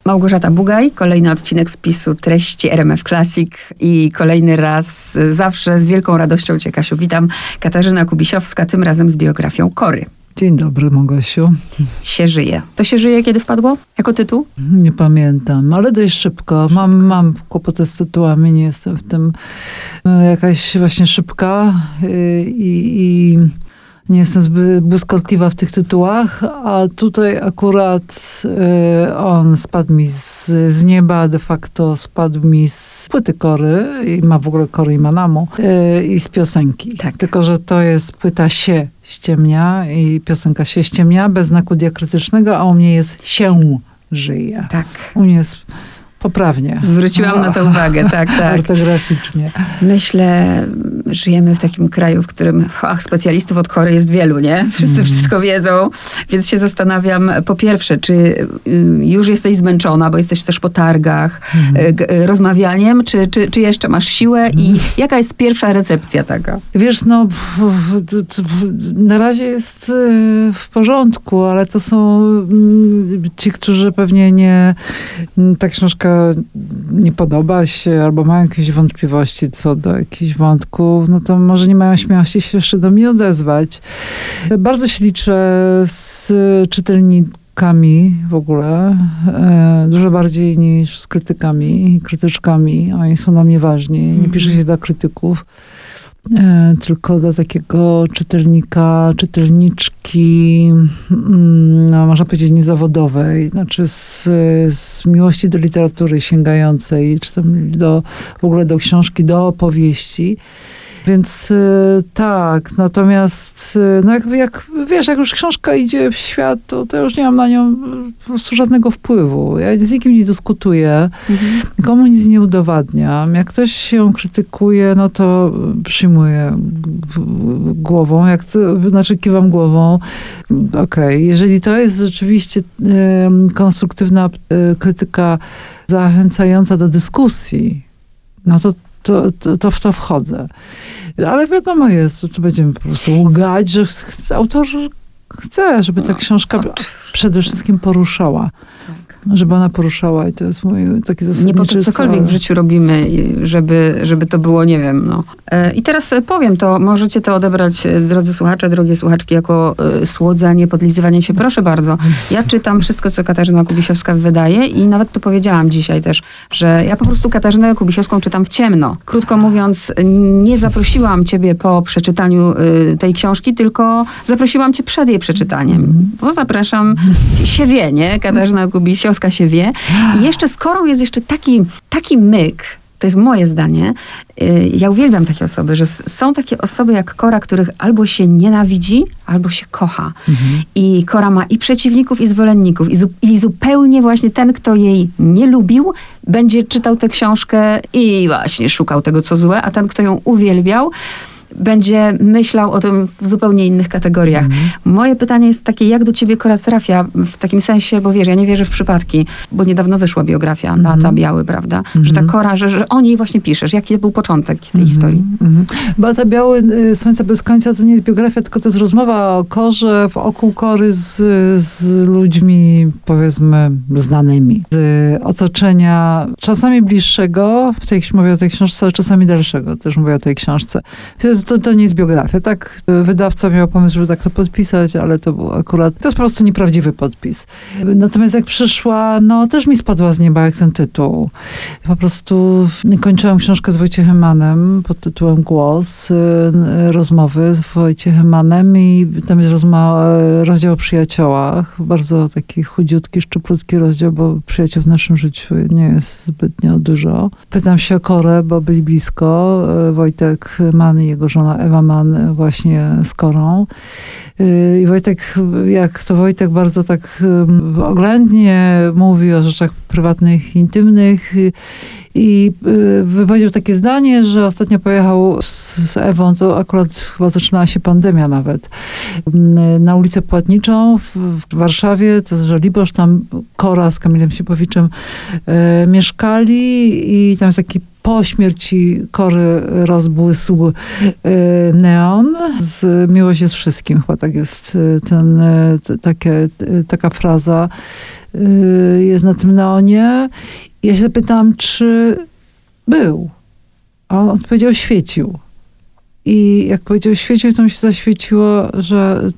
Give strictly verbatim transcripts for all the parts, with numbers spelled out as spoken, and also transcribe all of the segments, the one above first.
Małgorzata Bugaj, kolejny odcinek spisu treści R M F Classic i kolejny raz zawsze z wielką radością Cię, Kasiu, witam. Katarzyna Kubisiowska, tym razem z biografią Kory. Dzień dobry, Małgosiu. Się żyje. To się żyje kiedy wpadło? Jako tytuł? Nie pamiętam, ale dość szybko. Mam, mam kłopoty z tytułami, nie jestem w tym jakaś właśnie szybka i, i nie jestem zbyt błyskotliwa w tych tytułach, a tutaj akurat y, on spadł mi z, z nieba, de facto spadł mi z płyty Kory, i ma w ogóle Kory i Manamu, y, i z piosenki. Tak. Tylko że to jest płyta się ściemnia i piosenka się ściemnia, bez znaku diakrytycznego, a u mnie jest się żyje. Tak. U mnie jest poprawnie. Zwróciłam na to uwagę, tak, tak. Ortograficznie. Myślę, żyjemy w takim kraju, w którym ach, specjalistów od Kory jest wielu, nie? Wszyscy mm. wszystko wiedzą, więc się zastanawiam, po pierwsze, czy już jesteś zmęczona, bo jesteś też po targach, mm. rozmawianiem, czy, czy, czy jeszcze masz siłę mm. i jaka jest pierwsza recepcja taka? Wiesz, no na razie jest w porządku, ale to są ci, którzy pewnie nie, ta książka nie podoba się, albo mają jakieś wątpliwości co do jakichś wątków, no to może nie mają śmiałości się jeszcze do mnie odezwać. Bardzo się liczę z czytelnikami w ogóle, dużo bardziej niż z krytykami, krytyczkami. Oni są dla mnie ważni. Nie pisze się dla krytyków, tylko do takiego czytelnika, czytelniczki, no, można powiedzieć niezawodowej, znaczy z, z miłości do literatury sięgającej, czy tam do, w ogóle do książki, do opowieści. Więc tak, natomiast no jak, jak wiesz, jak już książka idzie w świat, to, to już nie mam na nią po prostu żadnego wpływu. Ja z nikim nie dyskutuję, mhm. nikomu nic nie udowadniam. Jak ktoś się krytykuje, no to przyjmuję głową, jak to, znaczy kiwam głową. Okej, okay. Jeżeli to jest rzeczywiście y, konstruktywna y, krytyka zachęcająca do dyskusji, no to To, to, to w to wchodzę. Ale wiadomo jest, czy będziemy po prostu łgać, że chce, autor chce, żeby ta książka przede wszystkim poruszała. Żeby ona poruszała i to jest mój taki zasadniczy Nie po to cokolwiek cel. w życiu robimy, żeby, żeby to było, nie wiem, no. I teraz powiem to, możecie to odebrać, drodzy słuchacze, drogie słuchaczki, jako słodzenie, podlizywanie się. Proszę bardzo. Ja czytam wszystko, co Katarzyna Kubisiowska wydaje i nawet to powiedziałam dzisiaj też, że ja po prostu Katarzynę Kubisiowską czytam w ciemno. Krótko mówiąc, nie zaprosiłam ciebie po przeczytaniu tej książki, tylko zaprosiłam cię przed jej przeczytaniem. Bo zapraszam, się wie, nie? Katarzyna Kubisiowska się wie. I jeszcze z Korą jest jeszcze taki, taki myk, to jest moje zdanie, ja uwielbiam takie osoby, że są takie osoby jak Kora, których albo się nienawidzi, albo się kocha. Mhm. I Kora ma i przeciwników, i zwolenników. I, zu, I zupełnie właśnie ten, kto jej nie lubił, będzie czytał tę książkę i właśnie szukał tego, co złe, a ten, kto ją uwielbiał, będzie myślał o tym w zupełnie innych kategoriach. Mm. Moje pytanie jest takie, jak do ciebie Kora trafia w takim sensie, bo wiesz, ja nie wierzę w przypadki, bo niedawno wyszła biografia mm. Beata Biały, prawda? Mm. Że ta Kora, że, że o niej właśnie piszesz. Jaki był początek tej mm. historii? Mm. Beata Biały, Słońce bez końca, to nie jest biografia, tylko to jest rozmowa o Korze, wokół Kory z, z ludźmi, powiedzmy, znanymi. Z otoczenia czasami bliższego, w tej, mówię o tej książce, ale czasami dalszego, też mówię o tej książce. To, to nie jest biografia, tak? Wydawca miał pomysł, żeby tak to podpisać, ale to był akurat, to jest po prostu nieprawdziwy podpis. Natomiast jak przyszła, no też mi spadła z nieba jak ten tytuł. Po prostu kończyłam książkę z Wojciechem Mannem pod tytułem Głos, rozmowy z Wojciechem Mannem i tam jest rozma- rozdział o przyjaciołach. Bardzo taki chudziutki, szczuplutki rozdział, bo przyjaciół w naszym życiu nie jest zbytnio dużo. Pytam się o Korę, bo byli blisko. Wojtek Mann i jego żona Ewa Mann właśnie z Korą. I Wojtek, jak to Wojtek bardzo tak oględnie mówi o rzeczach prywatnych, intymnych i wypowiedział takie zdanie, że ostatnio pojechał z, z Ewą, to akurat chyba zaczynała się pandemia nawet, na ulicę Płatniczą w, w Warszawie, to jest Żoliborz, tam Kora z Kamilem Sipowiczem e, mieszkali i tam jest taki po śmierci Kory rozbłysł y, neon. Z Miłość jest wszystkim. Chyba tak jest ten, t, takie, t, taka fraza. y, jest na tym neonie. I ja się zapytałam, czy był. A on odpowiedział, świecił. I jak powiedział świecił, to mi się zaświeciło, że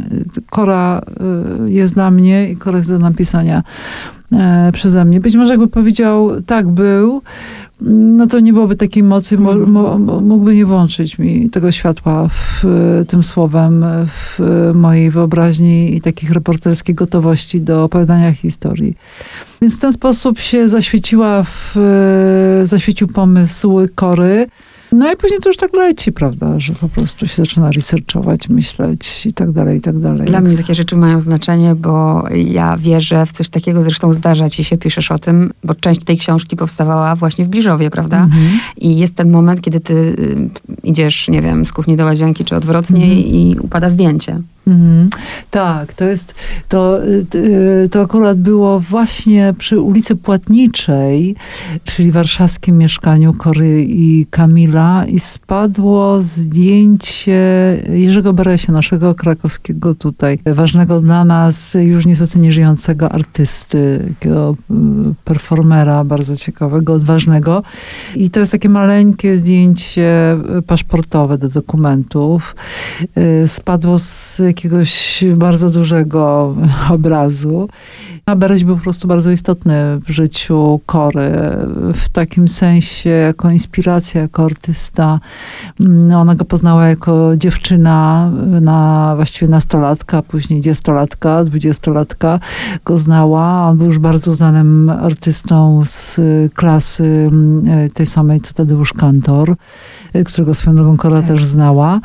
Kora jest dla mnie i Kora jest do napisania przeze mnie. Być może jakby powiedział, tak, był, no to nie byłoby takiej mocy, mo, mo, mógłby nie włączyć mi tego światła w, tym słowem w mojej wyobraźni i takich reporterskiej gotowości do opowiadania historii. Więc w ten sposób się zaświeciła w, zaświecił pomysł Kory. No i później to już tak leci, prawda, że po prostu się zaczyna researchować, myśleć i tak dalej, i tak dalej. Dla mnie takie rzeczy mają znaczenie, bo ja wierzę w coś takiego, zresztą zdarza ci się, piszesz o tym, bo część tej książki powstawała właśnie w Bliżowie, prawda? Mhm. I jest ten moment, kiedy ty y, idziesz, nie wiem, z kuchni do łazienki, czy odwrotnie mhm. i upada zdjęcie. Mhm. Tak, to jest, to, to akurat było właśnie przy ulicy Płatniczej, czyli warszawskim mieszkaniu Kory i Kamila i spadło zdjęcie Jerzego Beresia, naszego krakowskiego tutaj, ważnego dla nas, już niestety nieżyjącego artysty, takiego performera bardzo ciekawego, odważnego. I to jest takie maleńkie zdjęcie paszportowe do dokumentów. Spadło z jakiegoś bardzo dużego obrazu. A Bereś był po prostu bardzo istotny w życiu Kory. W takim sensie jako inspiracja, jako artysta. Ona go poznała jako dziewczyna, na, właściwie nastolatka, później dziesięciolatka, dwudziestolatka go znała. On był już bardzo znanym artystą z klasy tej samej co Tadeusz Kantor, którego swoją drogą Kora tak. też znała.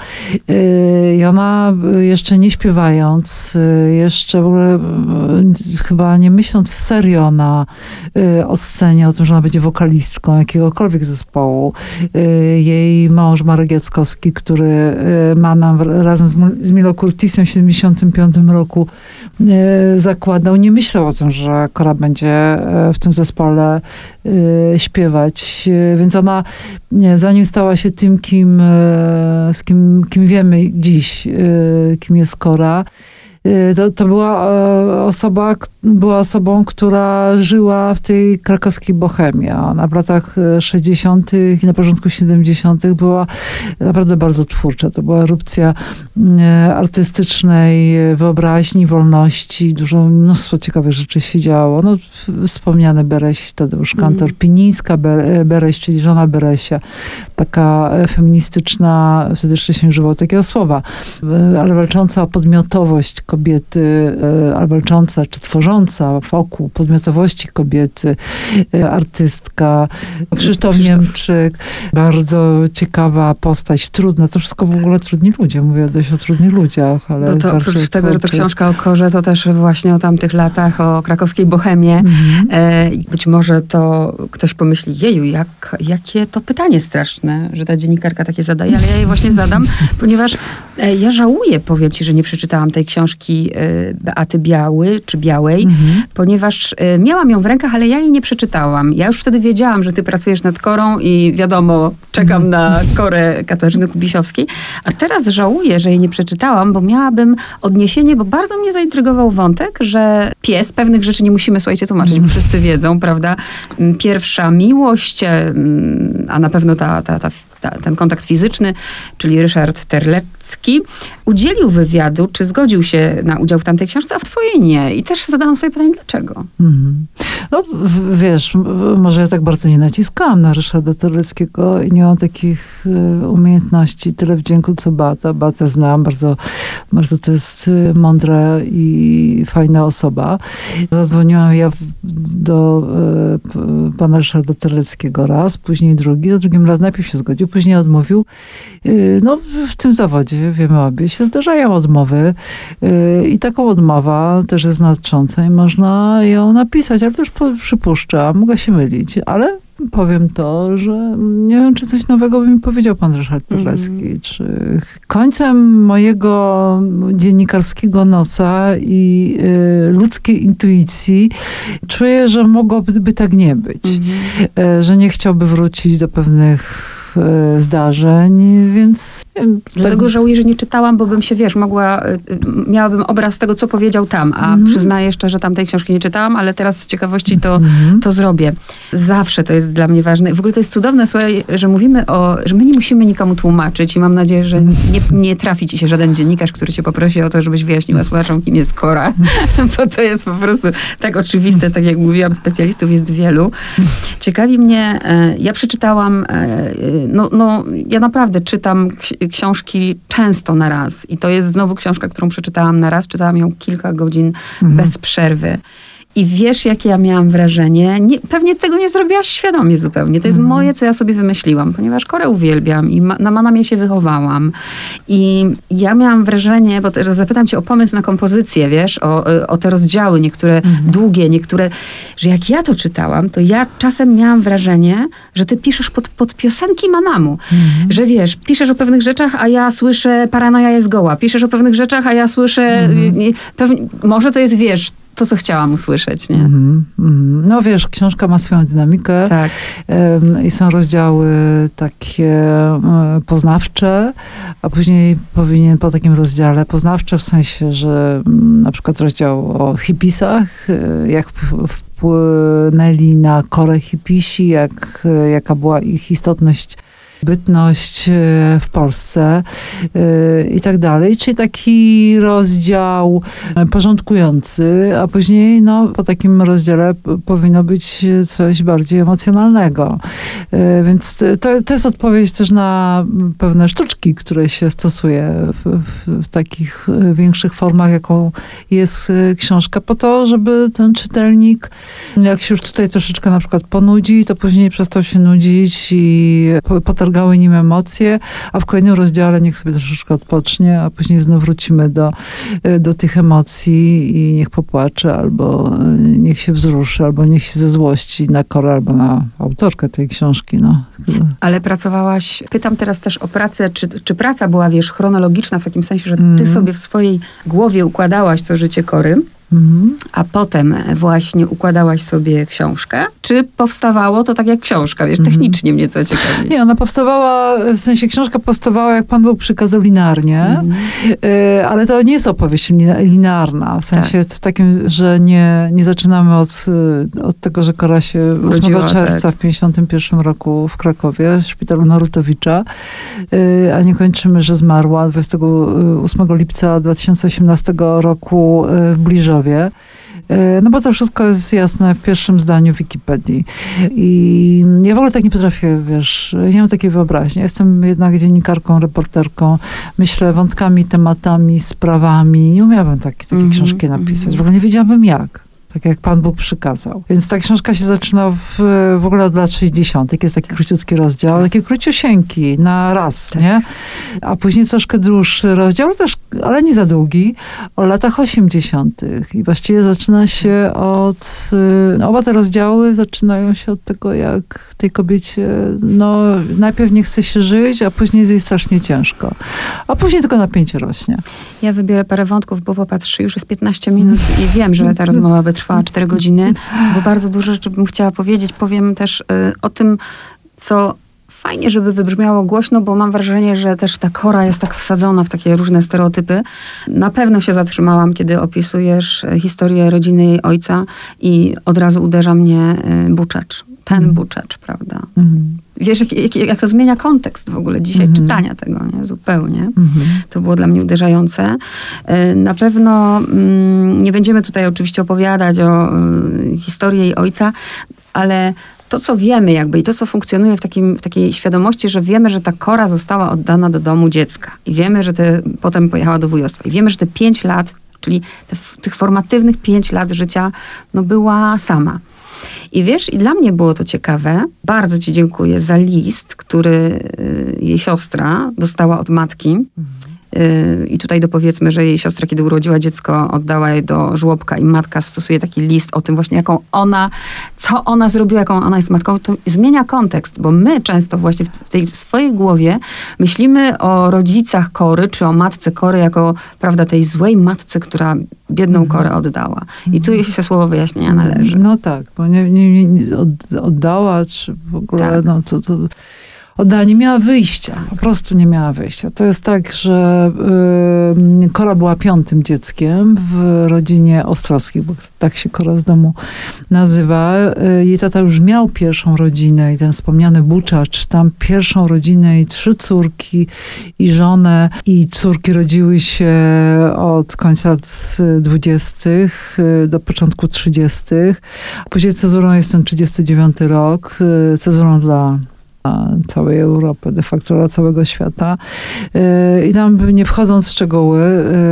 I ona jeszcze nie śpiewając, jeszcze w ogóle chyba nie myśląc serio na, o scenie, o tym, że ona będzie wokalistką jakiegokolwiek zespołu. Jej mąż Marek Jackowski, który ma nam razem z, z Milo Curtisem w siedemdziesiątym piątym roku zakładał, nie myślał o tym, że Kora będzie w tym zespole śpiewać. Więc ona, zanim stała się tym, kim, z kim, kim wiemy dziś, kim jest Kora, To, to była osoba, była osobą, która żyła w tej krakowskiej bohemie. Ona w latach sześćdziesiątych i na początku siedemdziesiątych była naprawdę bardzo twórcza. To była erupcja artystycznej wyobraźni, wolności. Dużo, mnóstwo ciekawych rzeczy się działo. No, wspomniany Bereś, Tadeusz Kantor, mm. Pinińska Bereś, czyli żona Beresia. Taka feministyczna, wtedy jeszcze się używało takiego słowa, ale walcząca o podmiotowość kobiety, ale walcząca czy tworząca wokół podmiotowości kobiety, artystka, Krzysztof Niemczyk, bardzo ciekawa postać, trudna, to wszystko w ogóle trudni ludzie, mówię dość o trudnych ludziach, ale... No to oprócz tego, że to książka o Korze, to też właśnie o tamtych latach, o krakowskiej bohemie. Mhm. E, być może to ktoś pomyśli, jeju, jak, jakie to pytanie straszne, że ta dziennikarka takie zadaje, ale ja je właśnie zadam, ponieważ e, ja żałuję, powiem ci, że nie przeczytałam tej książki Beaty Biały, czy Białej, mhm. ponieważ miałam ją w rękach, ale ja jej nie przeczytałam. Ja już wtedy wiedziałam, że ty pracujesz nad Korą i wiadomo, czekam mhm. na Korę Katarzyny Kubisiowskiej. A teraz żałuję, że jej nie przeczytałam, bo miałabym odniesienie, bo bardzo mnie zaintrygował wątek, że pies, pewnych rzeczy nie musimy, słuchajcie, tłumaczyć, mhm. bo wszyscy wiedzą, prawda? Pierwsza miłość, a na pewno ta, ta, ta Ta, ten kontakt fizyczny, czyli Ryszard Terlecki, udzielił wywiadu, czy zgodził się na udział w tamtej książce, a w twojej nie. I też zadałam sobie pytanie, dlaczego? Mm. No wiesz, może ja tak bardzo nie naciskałam na Ryszarda Terleckiego i nie mam takich umiejętności, tyle wdzięku co Beata. Beatę znam, bardzo, bardzo to jest mądra i fajna osoba. Zadzwoniłam ja do e, pana Ryszarda Terleckiego raz, później drugi, do drugim raz najpierw się zgodził, później odmówił. No w tym zawodzie, wiemy obie, się zdarzają odmowy i taką odmowa też jest znacząca i można ją napisać, ale też przypuszczam, mogę się mylić, ale powiem to, że nie wiem, czy coś nowego by mi powiedział pan Ryszard Terlecki, mm. czy końcem mojego dziennikarskiego nosa i y, ludzkiej intuicji czuję, że mogłoby by tak nie być. Mm. Y, że nie chciałby wrócić do pewnych e, zdarzeń, więc... Dlatego żałuję, że nie czytałam, bo bym się, wiesz, mogła, miałabym obraz tego, co powiedział tam, a mm. przyznaję szczerze, tam tej książki nie czytałam, ale teraz z ciekawości to, mm. to zrobię. Zawsze to jest dla mnie ważne. W ogóle to jest cudowne, słuchaj, że mówimy o, że my nie musimy nikomu tłumaczyć i mam nadzieję, że nie, nie trafi ci się żaden dziennikarz, który cię poprosi o to, żebyś wyjaśniła słuchaczom, kim jest Kora, bo to jest po prostu tak oczywiste, tak jak mówiłam, specjalistów jest wielu. Ciekawi mnie, ja przeczytałam, no, no ja naprawdę czytam książki często na raz i to jest znowu książka, którą przeczytałam na raz, czytałam ją kilka godzin mhm. bez przerwy. I wiesz, jakie ja miałam wrażenie? Nie, pewnie tego nie zrobiłaś świadomie zupełnie. To jest mm. moje, co ja sobie wymyśliłam, ponieważ Korę uwielbiam i ma, na Manamie się wychowałam. I ja miałam wrażenie, bo teraz zapytam cię o pomysł na kompozycję, wiesz, o, o te rozdziały, niektóre mm. długie, niektóre, że jak ja to czytałam, to ja czasem miałam wrażenie, że ty piszesz pod, pod piosenki Manamu. Mm. Że wiesz, piszesz o pewnych rzeczach, a ja słyszę paranoja jest goła. Piszesz o pewnych rzeczach, a ja słyszę, mm. pewnie, może to jest, wiesz, to, co chciałam usłyszeć, nie? Mm, mm. No wiesz, książka ma swoją dynamikę tak. ym, i są rozdziały takie y, poznawcze, a później powinien po takim rozdziale, poznawcze w sensie, że y, na przykład rozdział o hipisach, y, jak wpłynęli na Korę hipisi, jak, y, jaka była ich istotność, bytność w Polsce yy, i tak dalej. Czyli taki rozdział porządkujący, a później no, po takim rozdziale p- powinno być coś bardziej emocjonalnego. Yy, więc to, to jest odpowiedź też na pewne sztuczki, które się stosuje w, w, w takich większych formach, jaką jest książka, po to, żeby ten czytelnik, jak się już tutaj troszeczkę na przykład ponudzi, to później przestał się nudzić i potargały nim emocje, a w kolejnym rozdziale niech sobie troszeczkę odpocznie, a później znów wrócimy do, do tych emocji i niech popłacze, albo niech się wzruszy, albo niech się ze złości na Korę, albo na autorkę tej książki. No. Ale pracowałaś, pytam teraz też o pracę, czy, czy praca była, wiesz, chronologiczna w takim sensie, że ty mm. sobie w swojej głowie układałaś to życie Kory, Mhm. a potem właśnie układałaś sobie książkę? Czy powstawało to tak jak książka? Wiesz, mhm. technicznie mnie to ciekawi. Nie, ona powstawała, w sensie książka powstawała, jak Pan Bóg przykazał, linearnie, mhm. y, ale to nie jest opowieść linearna, w sensie tak. w takim, że nie, nie zaczynamy od, od tego, że Kora się ósmego czerwca tak. w pięćdziesiątym pierwszym roku w Krakowie, w szpitalu Narutowicza, y, a nie kończymy, że zmarła dwudziestego ósmego lipca dwa tysiące osiemnastego roku w Bliżowie. No bo to wszystko jest jasne w pierwszym zdaniu Wikipedii. I ja w ogóle tak nie potrafię, wiesz, nie mam takiej wyobraźni. Jestem jednak dziennikarką, reporterką, myślę wątkami, tematami, sprawami. Nie umiałabym takie, takie mm-hmm, książki napisać. W ogóle nie wiedziałabym jak. Tak jak Pan Bóg przykazał. Więc ta książka się zaczyna w, w ogóle od lat sześćdziesiątych. Jest taki króciutki rozdział, taki króciusieńki na raz, tak. nie? A później troszkę dłuższy rozdział, też, ale nie za długi, o latach osiemdziesiątych. I właściwie zaczyna się od... No, oba te rozdziały zaczynają się od tego, jak tej kobiecie, no najpierw nie chce się żyć, a później jest jej strasznie ciężko. A później tylko napięcie rośnie. Ja wybiorę parę wątków, bo popatrz, już jest piętnaście minut i wiem, że ta rozmowa by trwała cztery godziny, bo bardzo dużo rzeczy bym chciała powiedzieć. Powiem też y, o tym, co fajnie, żeby wybrzmiało głośno, bo mam wrażenie, że też ta Kora jest tak wsadzona w takie różne stereotypy. Na pewno się zatrzymałam, kiedy opisujesz historię rodziny jej ojca i od razu uderza mnie y, Buczacz. Ten mm. Buczacz, prawda? Mm. Wiesz, jak, jak, jak to zmienia kontekst w ogóle dzisiaj mm. czytania tego, nie? Zupełnie. Mm. To było dla mnie uderzające. Na pewno mm, nie będziemy tutaj oczywiście opowiadać o y, historii jej ojca, ale to, co wiemy jakby i to, co funkcjonuje w, takim, w takiej świadomości, że wiemy, że ta Kora została oddana do domu dziecka i wiemy, że te, potem pojechała do wujostwa i wiemy, że te pięć lat, czyli te, tych formatywnych pięć lat życia, no była sama. I wiesz, i dla mnie było to ciekawe. Bardzo ci dziękuję za list, który jej siostra dostała od matki. Mhm. I tutaj dopowiedzmy, że jej siostra, kiedy urodziła dziecko, oddała je do żłobka i matka stosuje taki list o tym właśnie, jaką ona, co ona zrobiła, jaką ona jest matką. To zmienia kontekst, bo my często właśnie w tej swojej głowie myślimy o rodzicach Kory, czy o matce Kory jako, prawda, tej złej matce, która biedną mhm. Korę oddała. I tu się słowo wyjaśnienia należy. No tak, bo nie, nie, nie oddała, czy w ogóle, tak. no to... to... oddała, nie miała wyjścia. Po prostu nie miała wyjścia. To jest tak, że y, Kora była piątym dzieckiem w rodzinie Ostrowskich, bo tak się Kora z domu nazywa. Y, jej tata już miał pierwszą rodzinę i ten wspomniany Buczacz, tam pierwszą rodzinę i trzy córki i żonę. I córki rodziły się od końca lat dwudziestych do początku trzydziestych. Później cezurą jest ten trzydziesty dziewiąty rok. Cezurą dla całej Europy, de facto dla całego świata. I tam, nie wchodząc w szczegóły,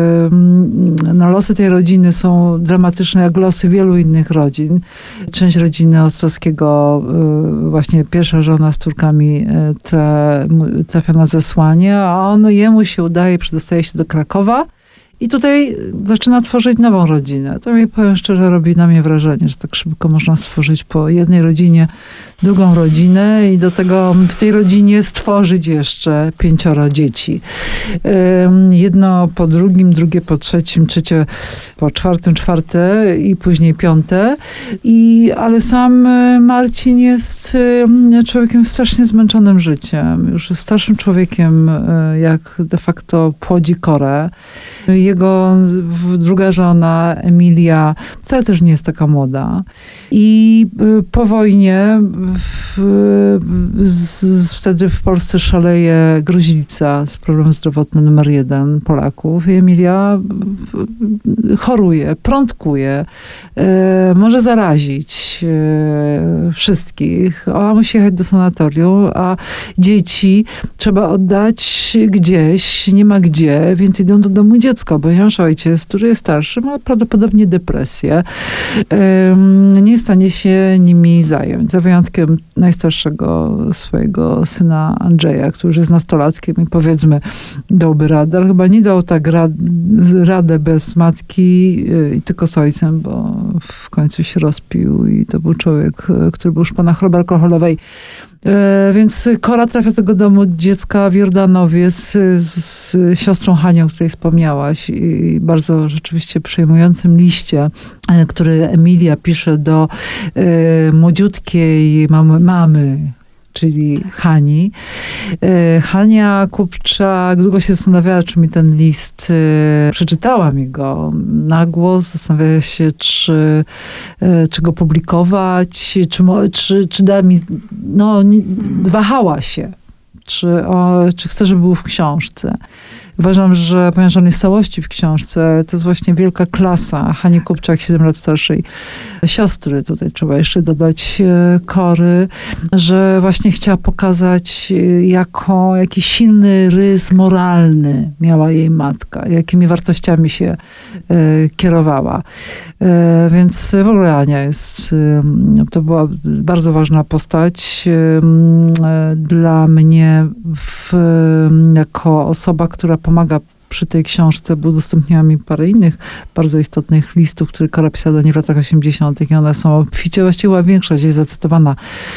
no losy tej rodziny są dramatyczne, jak losy wielu innych rodzin. Część rodziny Ostrowskiego, właśnie pierwsza żona z córkami, trafia na zesłanie, a on, jemu się udaje, przedostaje się do Krakowa. I tutaj zaczyna tworzyć nową rodzinę. To mi, powiem szczerze, robi na mnie wrażenie, że tak szybko można stworzyć po jednej rodzinie drugą rodzinę i do tego w tej rodzinie stworzyć jeszcze pięcioro dzieci. Jedno po drugim, drugie po trzecim, trzecie po czwartym, czwarte i później piąte. I, ale sam Marcin jest człowiekiem strasznie zmęczonym życiem. Już jest starszym człowiekiem, jak de facto płodzi Korę. Jego druga żona, Emilia, wcale też nie jest taka młoda. I po wojnie w, z, z, wtedy w Polsce szaleje gruźlica, problem zdrowotny numer jeden Polaków. I Emilia choruje, prądkuje, e, może zarazić e, wszystkich. Ona musi jechać do sanatorium, a dzieci trzeba oddać gdzieś, nie ma gdzie, więc idą do domu dziecka, ponieważ ojciec, który jest starszy, ma prawdopodobnie depresję. E, nie jest w stanie się nimi zająć. Za wyjątkiem najstarszego swojego syna Andrzeja, który już jest nastolatkiem i powiedzmy dałby radę, ale chyba nie dał tak rad, radę bez matki i tylko z ojcem, bo w końcu się rozpił i to był człowiek, który był już po choroby alkoholowej. Więc Kora trafia do tego domu dziecka w Jordanowie z, z, z siostrą Hanią, o której wspomniałaś, i bardzo rzeczywiście przejmującym liście, który Emilia pisze do e, młodziutkiej mamy, mamy czyli Hani. E, Hania Kupczak długo się zastanawiała, czy mi ten list, e, przeczytałam jego na głos, zastanawiała się, czy, e, czy go publikować, czy, czy, czy da mi, no wahała się, czy, o, czy chce, żeby był w książce. Uważam, że ponieważ on jest w całości w książce, to jest właśnie wielka klasa Hani Kupczak, siedem lat starszej siostry. Tutaj trzeba jeszcze dodać Kory, że właśnie chciała pokazać, jako, jaki silny rys moralny miała jej matka, jakimi wartościami się e, kierowała. E, więc w ogóle Ania jest, e, to była bardzo ważna postać e, dla mnie w, jako osoba, która pomaga przy tej książce, bo udostępniła mi parę innych bardzo istotnych listów, które Kora pisała do niej w latach osiemdziesiątych i one są obficie, właściwie większość jest zacytowana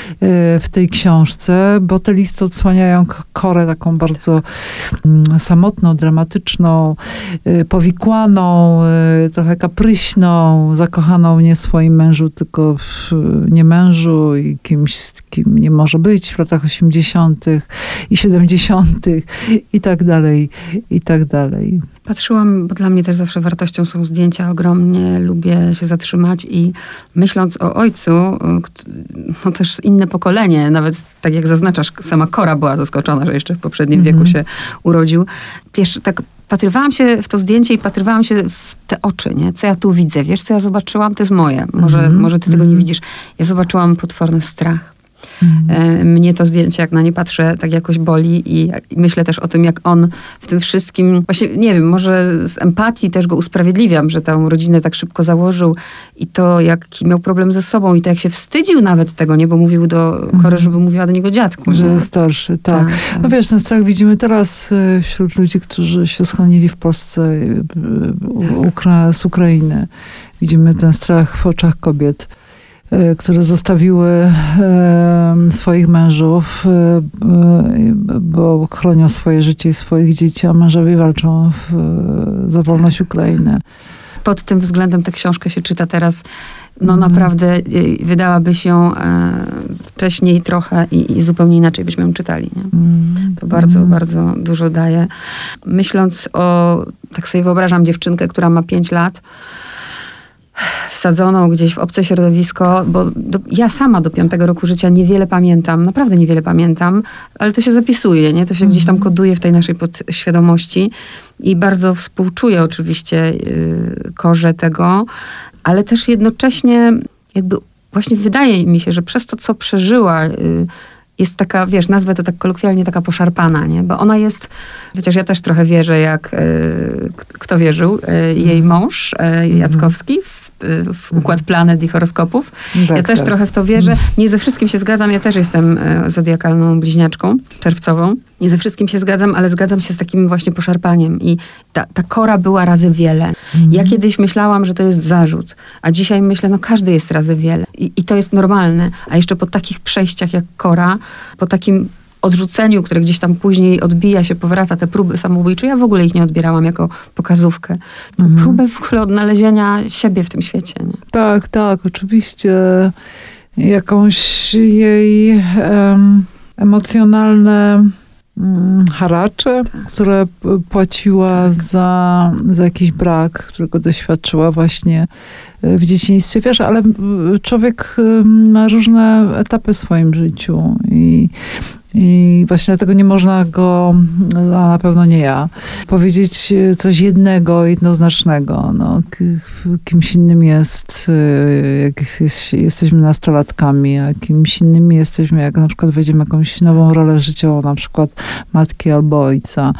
w tej książce, bo te listy odsłaniają Korę taką bardzo samotną, dramatyczną, powikłaną, trochę kapryśną, zakochaną nie w swoim mężu, tylko w nie mężu i kimś, z kim nie może być w latach osiemdziesiątych i siedemdziesiątych i tak dalej, i tak dalej. Patrzyłam, bo dla mnie też zawsze wartością są zdjęcia. Ogromnie lubię się zatrzymać i myśląc o ojcu, no też inne pokolenie, nawet tak jak zaznaczasz, sama Kora była zaskoczona, że jeszcze w poprzednim mm-hmm. wieku się urodził. Wiesz, tak patrywałam się w to zdjęcie i patrywałam się w te oczy, nie? Co ja tu widzę? Wiesz, co ja zobaczyłam? To jest moje. Może, mm-hmm. może ty tego mm-hmm. nie widzisz. Ja zobaczyłam potworny strach. Mm. Mnie to zdjęcie, jak na nie patrzę, tak jakoś boli i, i myślę też o tym, jak on w tym wszystkim, właśnie nie wiem, może z empatii też go usprawiedliwiam, że tę rodzinę tak szybko założył i to, jaki miał problem ze sobą i to, jak się wstydził nawet tego, nie? Bo mówił do Kory, żeby mówiła do niego dziadku. Że jest starszy, tak. tak, tak. No wiesz, ten strach widzimy teraz wśród ludzi, którzy się schronili w Polsce Ukra- z Ukrainy. Widzimy ten strach w oczach kobiet, które zostawiły swoich mężów, bo chronią swoje życie i swoich dzieci, a mężowie walczą w, za wolność Ukrainy. pod tym względem tę książkę się czyta teraz, no Mhm. naprawdę y, wydałaby się e, wcześniej trochę i, i zupełnie inaczej byśmy ją czytali. Nie? Mhm. To bardzo, Mhm. bardzo dużo daje. Myśląc o, tak sobie wyobrażam dziewczynkę, która ma pięć lat, wsadzoną gdzieś w obce środowisko, bo do, ja sama do piątego roku życia niewiele pamiętam, naprawdę niewiele pamiętam, ale to się zapisuje, nie? To się gdzieś tam koduje w tej naszej podświadomości i bardzo współczuję oczywiście yy, Korze tego, ale też jednocześnie jakby właśnie wydaje mi się, że przez to, co przeżyła, yy, jest taka, wiesz, nazwę to tak kolokwialnie, taka poszarpana, nie? Bo ona jest, chociaż ja też trochę wierzę, jak y, kto wierzył, y, jej mąż y, Jackowski w, y, w układ planet i horoskopów. Tak, ja też tak. trochę w to wierzę. Nie ze wszystkim się zgadzam, ja też jestem y, zodiakalną bliźniaczką, czerwcową. Nie ze wszystkim się zgadzam, ale zgadzam się z takim właśnie poszarpaniem. I ta, ta Kora była razy wiele. Mhm. Ja kiedyś myślałam, że to jest zarzut, a dzisiaj myślę, no każdy jest razy wiele. I, i to jest normalne. A jeszcze po takich przejściach jak Kora, po takim odrzuceniu, które gdzieś tam później odbija się, powraca, te próby samobójcze, ja w ogóle ich nie odbierałam jako pokazówkę. To Mhm. próbę w ogóle odnalezienia siebie w tym świecie. Nie? Tak, tak, oczywiście jakąś jej em, emocjonalne mm, haracze, Tak. które p- płaciła Tak. za, za jakiś brak, którego doświadczyła właśnie e, w dzieciństwie. Wiesz, ale m, człowiek em, ma różne etapy w swoim życiu i I właśnie dlatego nie można go, a na pewno nie ja, powiedzieć coś jednego, jednoznacznego. No, k- kimś innym jest, jak jest, jesteśmy nastolatkami, a kimś innym jesteśmy, jak na przykład wejdziemy w jakąś nową rolę życiową, na przykład matki albo ojca,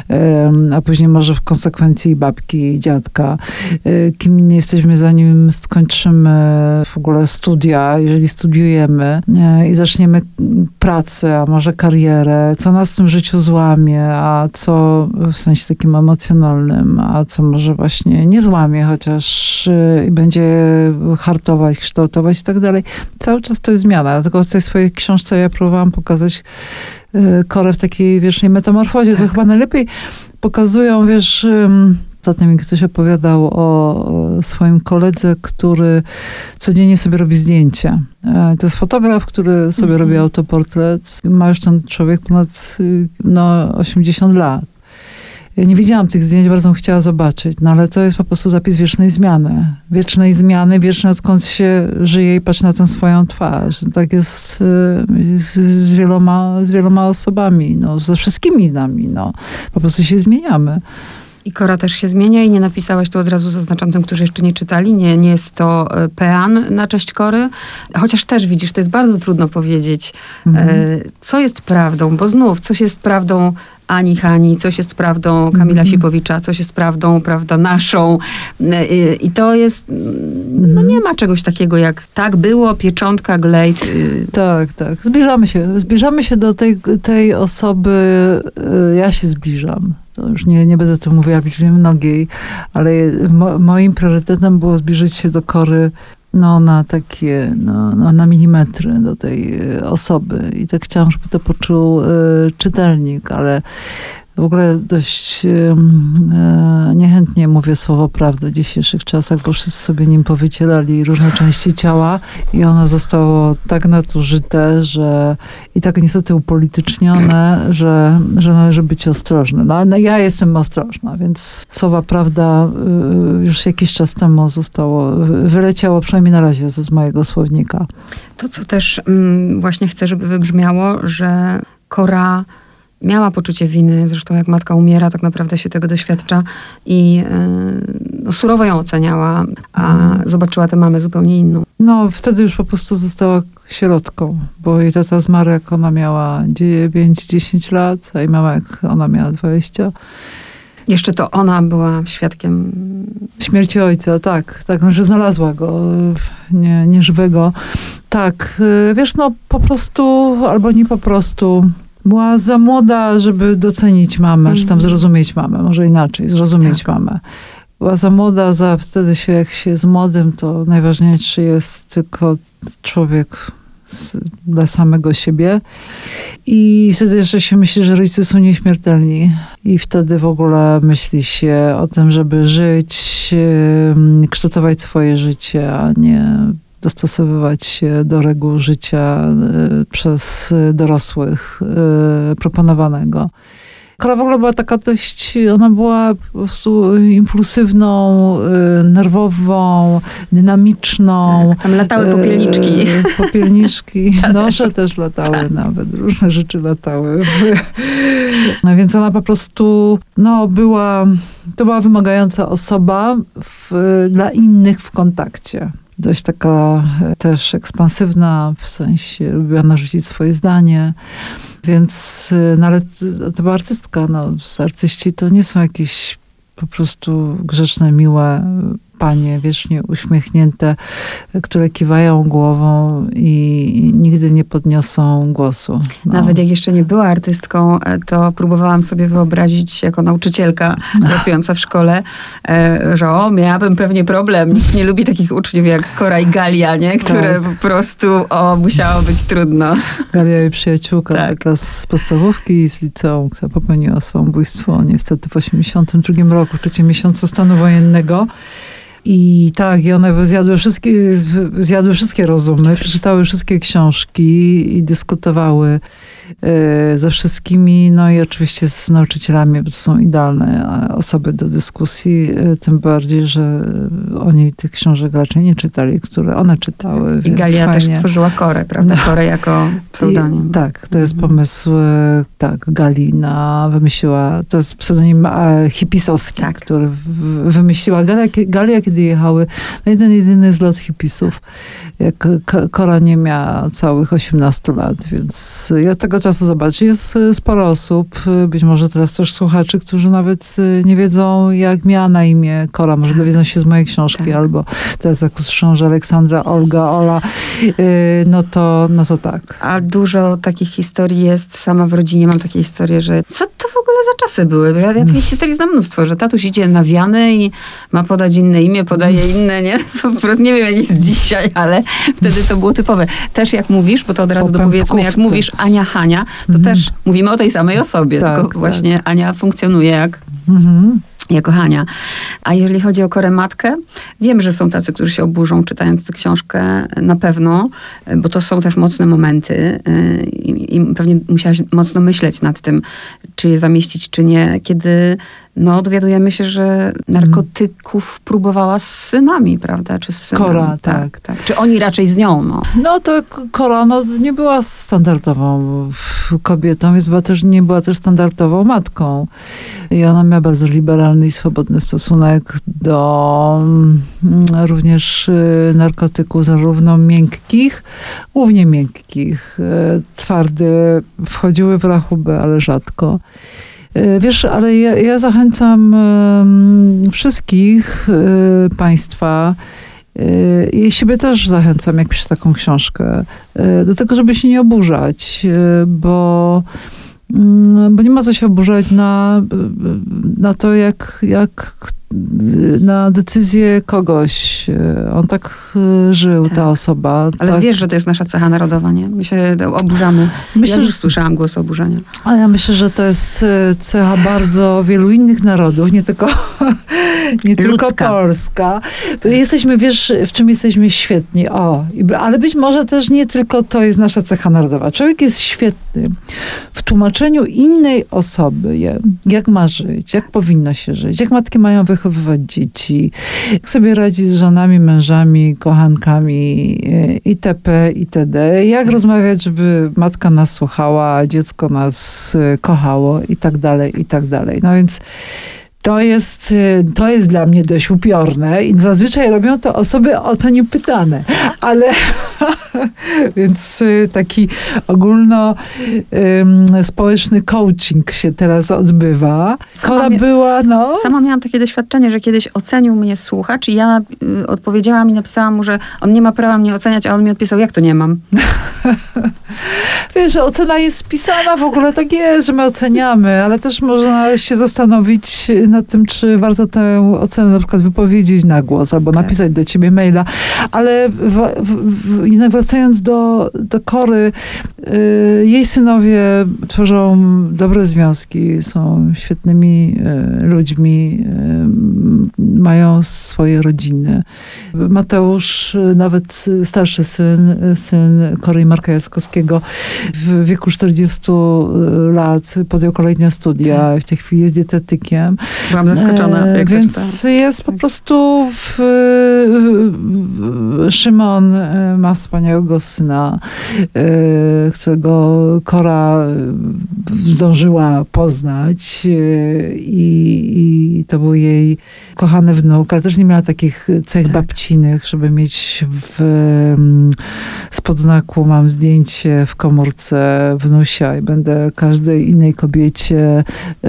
a później może w konsekwencji babki i dziadka. Kim innym jesteśmy, zanim skończymy w ogóle studia, jeżeli studiujemy i zaczniemy pracę, a może karierę, co nas w tym życiu złamie, a co w sensie takim emocjonalnym, a co może właśnie nie złamie, chociaż y, będzie hartować, kształtować i tak dalej. Cały czas to jest zmiana. Dlatego w tej swojej książce ja próbowałam pokazać y, Korę w takiej wiecznej metamorfozie. To chyba najlepiej pokazują, wiesz... Ym, Ostatnio mi ktoś opowiadał o swoim koledze, który codziennie sobie robi zdjęcia. To jest fotograf, który sobie robi autoportret. Ma już ten człowiek ponad no, osiemdziesiąt lat. Ja nie widziałam tych zdjęć, bardzo bym chciała zobaczyć, no ale to jest po prostu zapis wiecznej zmiany. Wiecznej zmiany, wieczne odkąd się żyje i patrzy na tę swoją twarz. Tak jest z, z, wieloma, z wieloma osobami, no, ze wszystkimi nami. No. Po prostu się zmieniamy. I Kora też się zmienia i nie napisałaś, tu od razu zaznaczam tym, którzy jeszcze nie czytali, nie, nie jest to pean na cześć Kory, chociaż też widzisz, to jest bardzo trudno powiedzieć, Mhm. e, co jest prawdą, bo znów, coś jest prawdą Ani Hani, coś jest prawdą Kamila Mhm. Sipowicza, coś jest prawdą, prawda, naszą e, i to jest, no nie ma czegoś takiego jak tak było, pieczątka, glejt. y, Tak, tak. Zbliżamy się. Zbliżamy się do tej, tej osoby. y, Ja się zbliżam. To już nie, nie będę tu mówiła w liczbie mnogiej, ale mo, moim priorytetem było zbliżyć się do Kory no, na takie, no, no, na milimetry do tej y, osoby. I tak chciałam, żeby to poczuł y, czytelnik, ale w ogóle dość y, y, niechętnie mówię słowo prawda w dzisiejszych czasach, bo wszyscy sobie nim powycielali różne części ciała i ono zostało tak nadużyte, że i tak niestety upolitycznione, że, że należy być ostrożny. No, no ja jestem ostrożna, więc słowa prawda y, już jakiś czas temu zostało, wyleciało przynajmniej na razie z, z mojego słownika. To, co też mm, właśnie chcę, żeby wybrzmiało, że Kora miała poczucie winy, zresztą jak matka umiera, tak naprawdę się tego doświadcza i yy, no, surowo ją oceniała, a zobaczyła tę mamę zupełnie inną. No, wtedy już po prostu została sierotką, bo jej tata zmarł, jak ona miała dziewięć dziesięć lat, a jej mama, jak ona miała dwadzieścia. Jeszcze to ona była świadkiem. Śmierci ojca, tak, tak, że znalazła go, nie, nieżywego. Tak, wiesz, no po prostu, albo nie po prostu, była za młoda, żeby docenić mamę, mm. czy tam zrozumieć mamę, może inaczej, zrozumieć tak. mamę. Była za młoda, za wtedy się, jak się jest młodym, to najważniejszy jest tylko człowiek z, dla samego siebie. I wtedy jeszcze się myśli, że rodzice są nieśmiertelni. I wtedy w ogóle myśli się o tym, żeby żyć, yy, kształtować swoje życie, a nie dostosowywać się do reguł życia y, przez dorosłych y, proponowanego. Kora w ogóle była taka dość, ona była po prostu impulsywną, y, nerwową, dynamiczną. Tak, tam latały popielniczki. Y, popielniczki, nosze też latały tak. Nawet, różne rzeczy latały. No więc ona po prostu, no była, to była wymagająca osoba w, dla innych w kontakcie. Dość taka też ekspansywna, w sensie lubiła narzucić swoje zdanie. Więc, no ale to była artystka. No, artyści to nie są jakieś po prostu grzeczne, miłe panie, wiecznie uśmiechnięte, które kiwają głową i nigdy nie podniosą głosu. No. Nawet jak jeszcze nie była artystką, to próbowałam sobie wyobrazić jako nauczycielka pracująca w szkole, że o, miałabym pewnie problem. Nikt nie lubi takich uczniów jak Kora i Galia, nie? Które tak. po prostu, o, musiało być trudno. Galia jej przyjaciółka, tak. taka z podstawówki i z liceum, która popełniła samobójstwo niestety w osiemdziesiątym drugim roku, w trzecim miesiącu stanu wojennego. I tak, i one zjadły wszystkie, zjadły wszystkie rozumy, przeczytały wszystkie książki i dyskutowały y, ze wszystkimi, no i oczywiście z nauczycielami, bo to są idealne osoby do dyskusji, y, tym bardziej, że oni tych książek raczej nie czytali, które one czytały. I Galia fajnie. Też stworzyła Korę, prawda? No. Korę jako pseudonim. I, tak, to jest pomysł, tak, Galina wymyśliła, to jest pseudonim e, hipisowski, tak. który w, wymyśliła Galia, Galia, kiedy jechały na jeden jedyny zlot hipisów. Jak Kora nie miała całych osiemnastu lat, więc ja tego czasu zobaczę. Jest sporo osób, być może teraz też słuchaczy, którzy nawet nie wiedzą, jak miała na imię Kora. Może dowiedzą się z mojej książki, tak. Albo teraz jak usłyszą, że Aleksandra, Olga, Ola, no to, no to tak. A dużo takich historii jest. Sama w rodzinie mam takie historie, że co to w ogóle za czasy były? Ja takich historii znam mnóstwo, że tatuś idzie na wiany i ma podać inne imię, podaje inne, nie? Po prostu nie wiem, jak jest dzisiaj, ale wtedy to było typowe. Też jak mówisz, bo to od razu dopowiedzmy, jak mówisz Ania, Hania, to mhm. też mówimy o tej samej osobie, tak, tylko tak. Właśnie Ania funkcjonuje jak... Mhm. Jako Hania. A jeżeli chodzi o Korę matkę, wiem, że są tacy, którzy się oburzą czytając tę książkę na pewno, bo to są też mocne momenty i, i pewnie musiałaś mocno myśleć nad tym, czy je zamieścić, czy nie, kiedy no, dowiadujemy się, że narkotyków próbowała z synami, prawda? Czy z synami. Kora, tak. tak, tak. Czy oni raczej z nią, no? No to Kora no, nie była standardową kobietą, więc była też, nie była też standardową matką. I ona miała bardzo liberalny i swobodny stosunek do mm, również y, narkotyków, zarówno miękkich, głównie miękkich. Y, twarde wchodziły w rachubę, ale rzadko. Wiesz, ale ja, ja zachęcam y, wszystkich y, państwa, y, i siebie też zachęcam, jak piszę taką książkę, y, do tego, żeby się nie oburzać, y, bo, y, bo nie ma co się oburzać na, na to, jak, jak na decyzję kogoś. On tak żył, tak. Ta osoba. Ale tak. Wiesz, że to jest nasza cecha narodowa, nie? My się oburzamy. Myślę, ja już że... słyszałam głos oburzenia. Ale ja myślę, że to jest cecha bardzo wielu innych narodów, nie tylko, nie tylko Polska. Jesteśmy, wiesz, w czym jesteśmy świetni. O, ale być może też nie tylko to jest nasza cecha narodowa. Człowiek jest świetny w tłumaczeniu innej osoby, jak ma żyć, jak powinno się żyć, jak matki mają wychowywać dzieci, jak sobie radzi z żonami, mężami, kochankami itp. itd. Jak rozmawiać, żeby matka nas słuchała, a dziecko nas kochało i tak dalej, i tak dalej. No więc to jest, to jest dla mnie dość upiorne i zazwyczaj robią to osoby o to niepytane. Ale więc taki ogólno um, społeczny coaching się teraz odbywa. Kora mia- była, no... Sama miałam takie doświadczenie, że kiedyś ocenił mnie słuchacz i ja y, odpowiedziałam i napisałam mu, że on nie ma prawa mnie oceniać, a on mi odpisał, jak to nie mam? wiesz, że ocena jest spisana, w ogóle tak jest, że my oceniamy, ale też można się zastanowić nad tym, czy warto tę ocenę na przykład wypowiedzieć na głos, albo tak. napisać do ciebie maila. Ale w, w, w, jednak wracając do, do Kory, y, jej synowie tworzą dobre związki, są świetnymi y, ludźmi, y, mają swoje rodziny. Mateusz, nawet starszy syn, syn Kory i Marka Jackowskiego, w wieku czterdziestu lat podjął kolejne studia. W tej chwili jest dietetykiem. Byłam zaskoczona. Jak Więc przeczytałam. jest po prostu w, w, Szymon ma wspaniałego syna, którego Kora zdążyła poznać i, i to był jej kochany wnuk, ale też nie miała takich cech tak. babcinych, żeby mieć w spod znaku mam zdjęcie w komórce wnusia i będę każdej innej kobiecie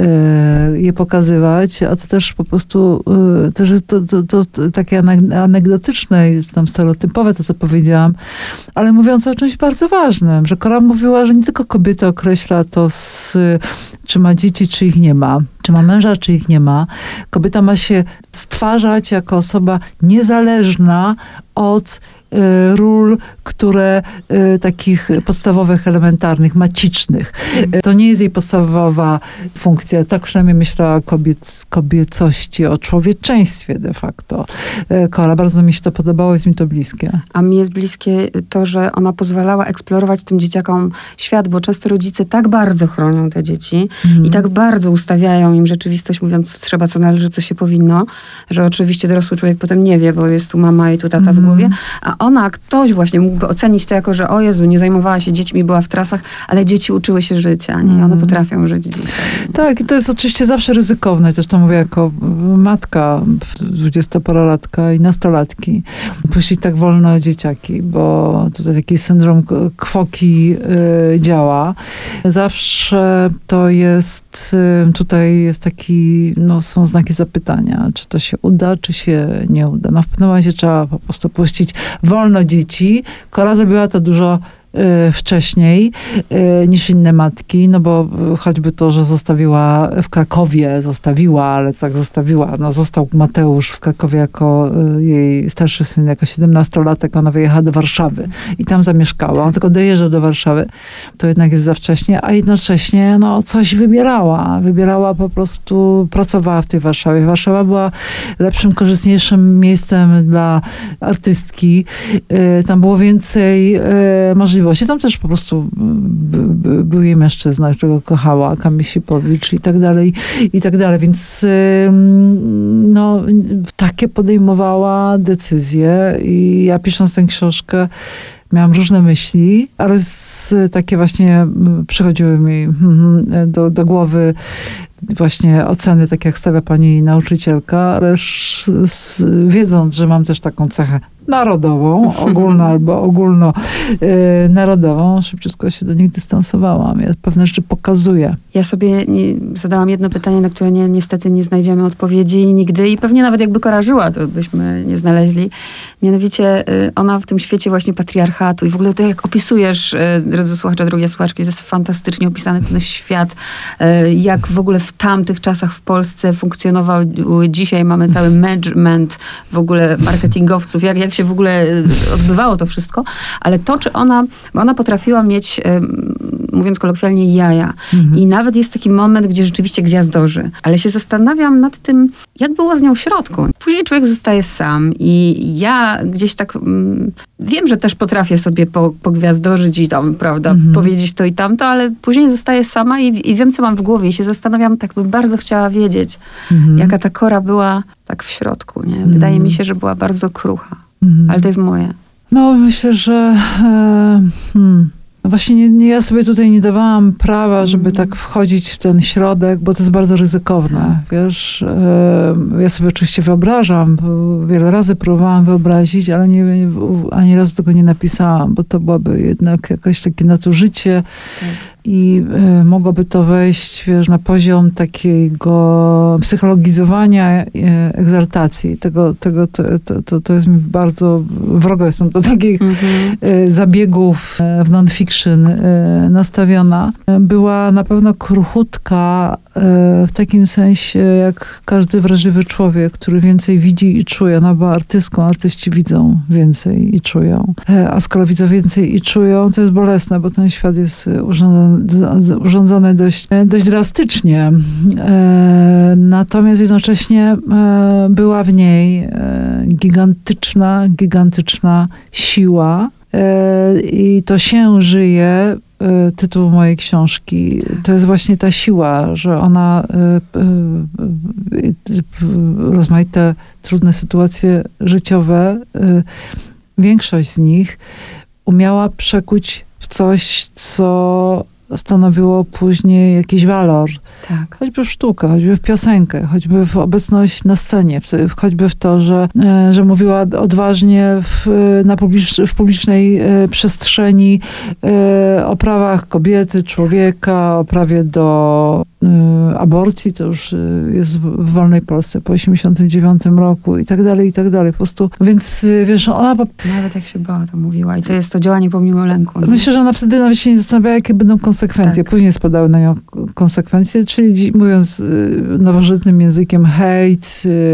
e, je pokazywać, a to też po prostu e, też jest to, to, to, to takie anegdotyczne, jest tam stereotypowe to, co powiedziałam, ale mówiąc o czymś bardzo ważnym, że Kora mówiła, że nie tylko kobieta określa to, z, czy ma dzieci, czy ich nie ma, czy ma męża, czy ich nie ma. Kobieta ma się stwarzać jako osoba niezależna od y, ról, które y, takich podstawowych, elementarnych, macicznych. Y, to nie jest jej podstawowa funkcja. Tak przynajmniej myślała o kobiec, kobiecości, o człowieczeństwie de facto. Y, Kora, bardzo mi się to podobało, jest mi to bliskie. A mi jest bliskie to, że ona pozwalała eksplorować tym dzieciakom świat, bo często rodzice tak bardzo chronią te dzieci mm. i tak bardzo ustawiają im rzeczywistość, mówiąc, co trzeba, co należy, co się powinno, że oczywiście dorosły człowiek potem nie wie, bo jest tu mama i tu tata mm. w głowie, a ona, ktoś właśnie mógłby ocenić to jako, że o Jezu, nie zajmowała się dziećmi, była w trasach, ale dzieci uczyły się życia, nie? I one potrafią żyć dzisiaj. Tak, i to jest oczywiście zawsze ryzykowne, też to mówię jako matka dwudziestoparolatka i nastolatki, puścić tak wolno dzieciaki, bo tutaj taki syndrom kwoki y, działa. Zawsze to jest, y, tutaj jest taki, no są znaki zapytania, czy to się uda, czy się nie uda. No w pewnym momencie trzeba po prostu puścić wolno dzieci. Kora zrobiła to dużo y, wcześniej y, niż inne matki, no bo choćby to, że zostawiła w Krakowie, zostawiła, ale tak zostawiła, no został Mateusz w Krakowie jako y, jej starszy syn, jako siedemnastolatek, ona wyjechała do Warszawy i tam zamieszkała. On tylko dojeżdżał do Warszawy. To jednak jest za wcześnie, a jednocześnie no coś wybierała. Wybierała po prostu, pracowała w tej Warszawie. Warszawa była lepszym, korzystniejszym miejscem dla artystki. Y, tam było więcej y, możliwości. Tam też po prostu był jej mężczyzna, którego kochała, Kamil Sipowicz i tak dalej, i tak dalej. Więc no, takie podejmowała decyzje i ja pisząc tę książkę miałam różne myśli, ale z, takie właśnie przychodziły mi do, do głowy właśnie oceny, tak jak stawia pani nauczycielka, ale z, z, wiedząc, że mam też taką cechę narodową, ogólno albo ogólno y, narodową, szybciutko się do nich dystansowałam. Ja pewne rzeczy pokazuję. Ja sobie nie, zadałam jedno pytanie, na które nie, niestety nie znajdziemy odpowiedzi nigdy i pewnie nawet jakby Kora żyła, to byśmy nie znaleźli. Mianowicie y, ona w tym świecie właśnie patriarchatu i w ogóle to jak opisujesz, y, drodzy słuchacze, drogie słuchaczki, to jest fantastycznie opisany ten świat, y, jak w ogóle w tamtych czasach w Polsce funkcjonował. Dzisiaj mamy cały management w ogóle marketingowców, jak, jak się w ogóle odbywało to wszystko, ale to, czy ona, bo ona potrafiła mieć, mówiąc kolokwialnie, jaja. Mhm. I nawet jest taki moment, gdzie rzeczywiście gwiazdorzy. Ale się zastanawiam nad tym, jak było z nią w środku. Później człowiek zostaje sam i ja gdzieś tak mm, wiem, że też potrafię sobie po, pogwiazdorzyć i tam, prawda, mhm. powiedzieć to i tamto, ale później zostaję sama i, i wiem, co mam w głowie i się zastanawiam, tak bym bardzo chciała wiedzieć, mhm. jaka ta Kora była tak w środku, nie? Wydaje mhm. mi się, że była bardzo krucha. Mhm. Ale to jest moje. No, myślę, że e, hmm. właśnie nie, nie, ja sobie tutaj nie dawałam prawa, żeby mm. tak wchodzić w ten środek, bo to jest bardzo ryzykowne. Wiesz, e, ja sobie oczywiście wyobrażam, bo wiele razy próbowałam wyobrazić, ale nie, ani razu tego nie napisałam, bo to byłoby jednak jakieś takie nadużycie. Tak. i y, mogłoby to wejść, wiesz, na poziom takiego psychologizowania, y, egzaltacji. Tego, tego, to, to, to, to jest mi bardzo, wrogo jestem do takich mm-hmm. y, zabiegów y, w non-fiction y, nastawiona. Była na pewno kruchutka y, w takim sensie, jak każdy wrażliwy człowiek, który więcej widzi i czuje. Ona była artystką, artyści widzą więcej i czują. Y, a skoro widzą więcej i czują, to jest bolesne, bo ten świat jest urządzony, urządzony dość, dość drastycznie. E, natomiast jednocześnie e, była w niej e, gigantyczna, gigantyczna siła. E, I to się żyje, e, tytuł mojej książki. To jest właśnie ta siła, że ona e, e, rozmaite, trudne sytuacje życiowe, e, większość z nich umiała przekuć w coś, co stanowiło później jakiś walor. Tak. Choćby w sztukę, choćby w piosenkę, choćby w obecność na scenie, w, choćby w to, że, że mówiła odważnie w, na publicz, w publicznej przestrzeni o prawach kobiety, człowieka, o prawie do aborcji. To już jest w wolnej Polsce po osiemdziesiątym dziewiątym roku i tak dalej, i tak dalej. Po prostu, więc wiesz, ona... Nawet jak się bała, to mówiła. I to jest to działanie pomimo lęku. Nie? Myślę, że ona wtedy nawet się nie zastanawiała, jakie będą konsekwencje. Tak. Później spadały na nią konsekwencje, czyli mówiąc nowożytnym językiem hejt,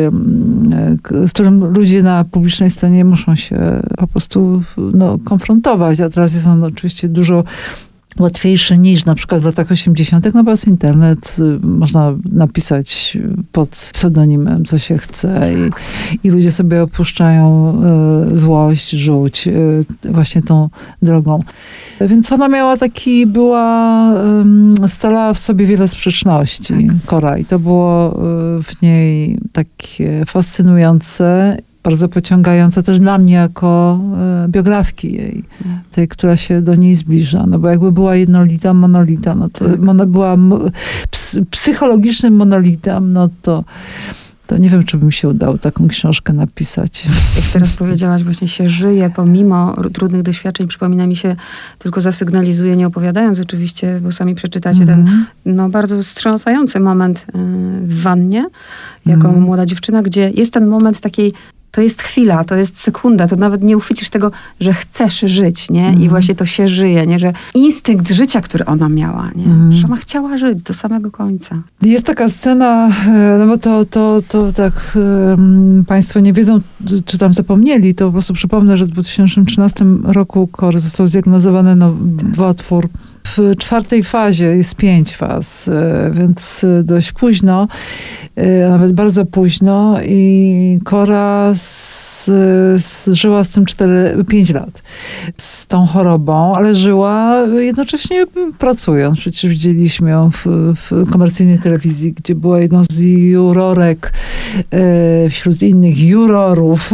z którym ludzie na publicznej scenie muszą się po prostu no, konfrontować. A teraz jest on oczywiście dużo łatwiejszy niż na przykład w latach osiemdziesiątych, no bo jest internet, można napisać pod pseudonimem, co się chce i, i ludzie sobie opuszczają y, złość, żółć y, właśnie tą drogą. Więc ona miała taki, była, y, stała w sobie wiele sprzeczności, Kora, i to było y, w niej takie fascynujące, bardzo pociągająca też dla mnie jako e, biografki jej, tej, która się do niej zbliża. No bo jakby była jednolita, monolita, no to tak. Ona była ps, psychologicznym monolitem, no to to nie wiem, czy by mi się udało taką książkę napisać. Jak teraz powiedziałaś, właśnie się żyje pomimo trudnych doświadczeń. Przypomina mi się, tylko zasygnalizuję, nie opowiadając oczywiście, bo sami przeczytacie mm-hmm. ten no, bardzo wstrząsający moment y, w wannie, jako mm. młoda dziewczyna, gdzie jest ten moment takiej, to jest chwila, to jest sekunda, to nawet nie uchwycisz tego, że chcesz żyć, nie? Mm. I właśnie to się żyje, nie? Że instynkt życia, który ona miała, nie? Mm. Że ona chciała żyć do samego końca. Jest taka scena, no bo to, to, to tak um, państwo nie wiedzą, czy tam zapomnieli, to po prostu przypomnę, że w dwa tysiące trzynastym roku Kory został zdiagnozowany nowotwór. W czwartej fazie jest pięć faz, więc dość późno, nawet bardzo późno, i Kora z, z, żyła z tym cztery, pięć lat, z tą chorobą, ale żyła jednocześnie pracując. Przecież widzieliśmy ją w, w komercyjnej telewizji, gdzie była jedną z jurorek wśród innych jurorów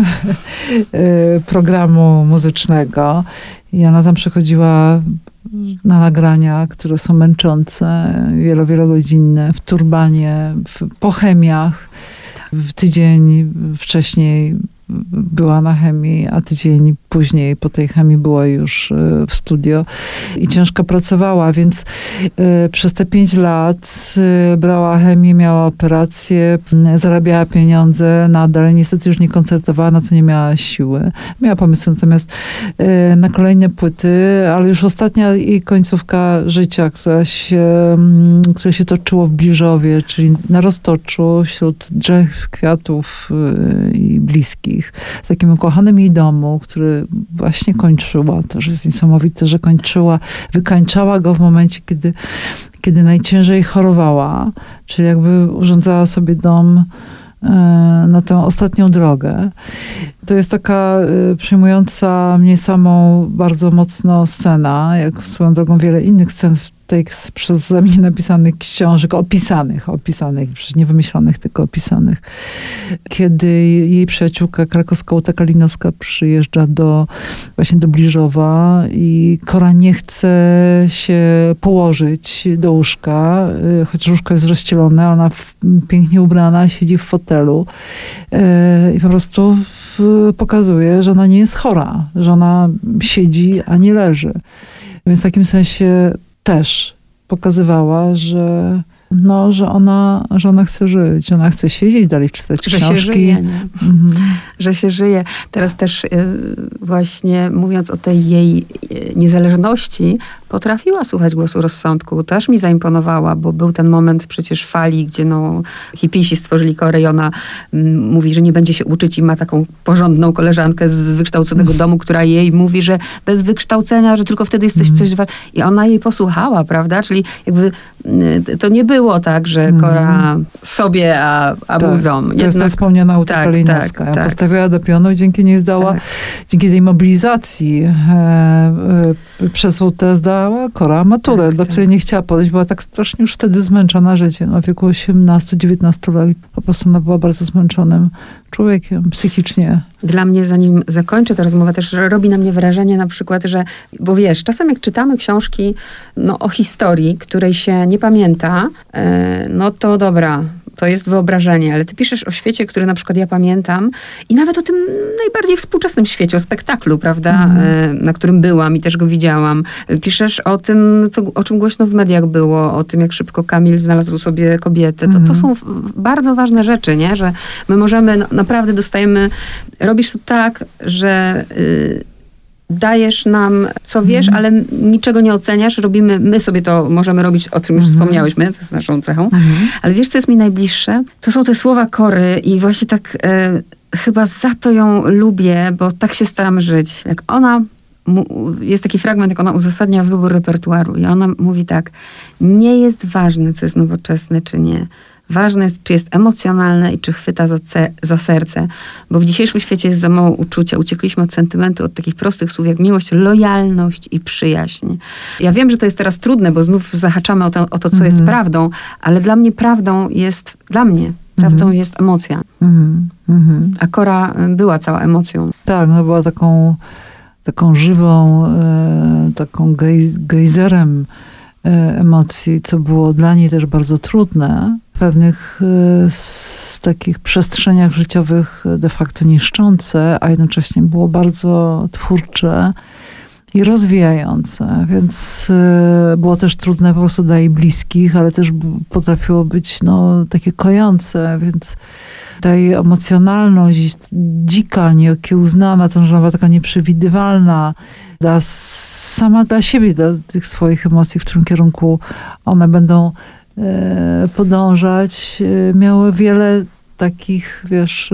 programu muzycznego. I ona tam przychodziła na nagrania, które są męczące, wielo, wielogodzinne, w turbanie, w, po chemiach. W tydzień wcześniej była na chemii, a tydzień później po tej chemii była już w studio i ciężko pracowała, więc y, przez te pięć lat y, brała chemię, miała operacje, y, zarabiała pieniądze nadal, niestety już nie koncertowała, na co nie miała siły. Miała pomysł natomiast y, na kolejne płyty, ale już ostatnia jej końcówka życia, która się, y, które się toczyło w Bliżowie, czyli na Roztoczu, wśród drzew, kwiatów y, i bliskich, w takim ukochanym jej domu, który właśnie kończyła. To już jest niesamowite, że kończyła, wykańczała go w momencie, kiedy, kiedy najciężej chorowała, czyli jakby urządzała sobie dom e, na tę ostatnią drogę. To jest taka e, przejmująca mnie samą bardzo mocno scena, jak swoją drogą wiele innych scen w tej przeze mnie napisanych książek, opisanych, opisanych, przecież nie wymyślonych, tylko opisanych. Kiedy jej przyjaciółka krakowska Kalinowska przyjeżdża do, właśnie do Bliżowa i Kora nie chce się położyć do łóżka, choć łóżko jest rozścielone, ona w, pięknie ubrana, siedzi w fotelu i po prostu w, pokazuje, że ona nie jest chora, że ona siedzi, a nie leży. Więc w takim sensie też pokazywała, że no, że ona, że ona chce żyć, ona chce siedzieć dalej, czytać że książki. Się żyje, nie? Mhm. Że się żyje. Teraz też y, właśnie mówiąc o tej jej y, niezależności, potrafiła słuchać głosu rozsądku. Też mi zaimponowała, bo był ten moment przecież fali, gdzie no, hipisi stworzyli Korę i ona mm, mówi, że nie będzie się uczyć i ma taką porządną koleżankę z, z wykształconego domu, która jej mówi, że bez wykształcenia, że tylko wtedy jesteś coś wart. I ona jej posłuchała, prawda? Czyli jakby y, to nie było tak, że Kora sobie, a, a tak, muzom. To Jednak... jest ta wspomniana Auta tak, Kalinowska. tak, tak. Postawiła do pionu i dzięki niej zdała, tak. dzięki tej mobilizacji e, e, przez W T zdała Kora maturę, tak, do której tak. nie chciała podejść. Była tak strasznie już wtedy zmęczona życiem. No, w wieku osiemnastu dziewiętnastu lat po prostu ona była bardzo zmęczonym człowiekiem psychicznie. Dla mnie, zanim zakończę tę rozmowę, też robi na mnie wrażenie na przykład, że, bo wiesz, czasem jak czytamy książki no, o historii, której się nie pamięta, e, no to dobra, to jest wyobrażenie, ale ty piszesz o świecie, który na przykład ja pamiętam i nawet o tym najbardziej współczesnym świecie, o spektaklu, prawda, mm. e, na którym byłam i też go widziałam. Piszesz o tym, co, o czym głośno w mediach było, o tym, jak szybko Kamil znalazł sobie kobietę. To, mm. to są bardzo ważne rzeczy, nie? Że my możemy, no, naprawdę dostajemy, robisz to tak, że y, dajesz nam, co wiesz, mm. ale niczego nie oceniasz. Robimy, my sobie to możemy robić, o czym już mm. wspomniałyśmy, to jest naszą cechą. Mm. Ale wiesz, co jest mi najbliższe? To są te słowa Kory i właśnie tak e, chyba za to ją lubię, bo tak się staram żyć. Jak ona, mu, jest taki fragment, jak ona uzasadnia wybór repertuaru i ona mówi tak, nie jest ważne, co jest nowoczesne, czy nie. Ważne jest, czy jest emocjonalne i czy chwyta za, ce, za serce, bo w dzisiejszym świecie jest za mało uczucia. Uciekliśmy od sentymentu, od takich prostych słów jak miłość, lojalność i przyjaźń. Ja wiem, że to jest teraz trudne, bo znów zahaczamy o to, o to co mm-hmm. jest prawdą, ale dla mnie prawdą jest, dla mnie prawdą mm-hmm. jest emocja. Mm-hmm. A Kora była cała emocją. Tak, no była taką, taką żywą, e, taką gej, gejzerem e, emocji, co było dla niej też bardzo trudne. W pewnych z takich przestrzeniach życiowych de facto niszczące, a jednocześnie było bardzo twórcze i rozwijające, więc było też trudne po prostu dla jej bliskich, ale też potrafiło być no, takie kojące, więc ta jej emocjonalność dzika, nieokiełznana, to że była taka nieprzewidywalna, dla, sama dla siebie, dla tych swoich emocji, w którym kierunku one będą podążać, miały wiele takich, wiesz,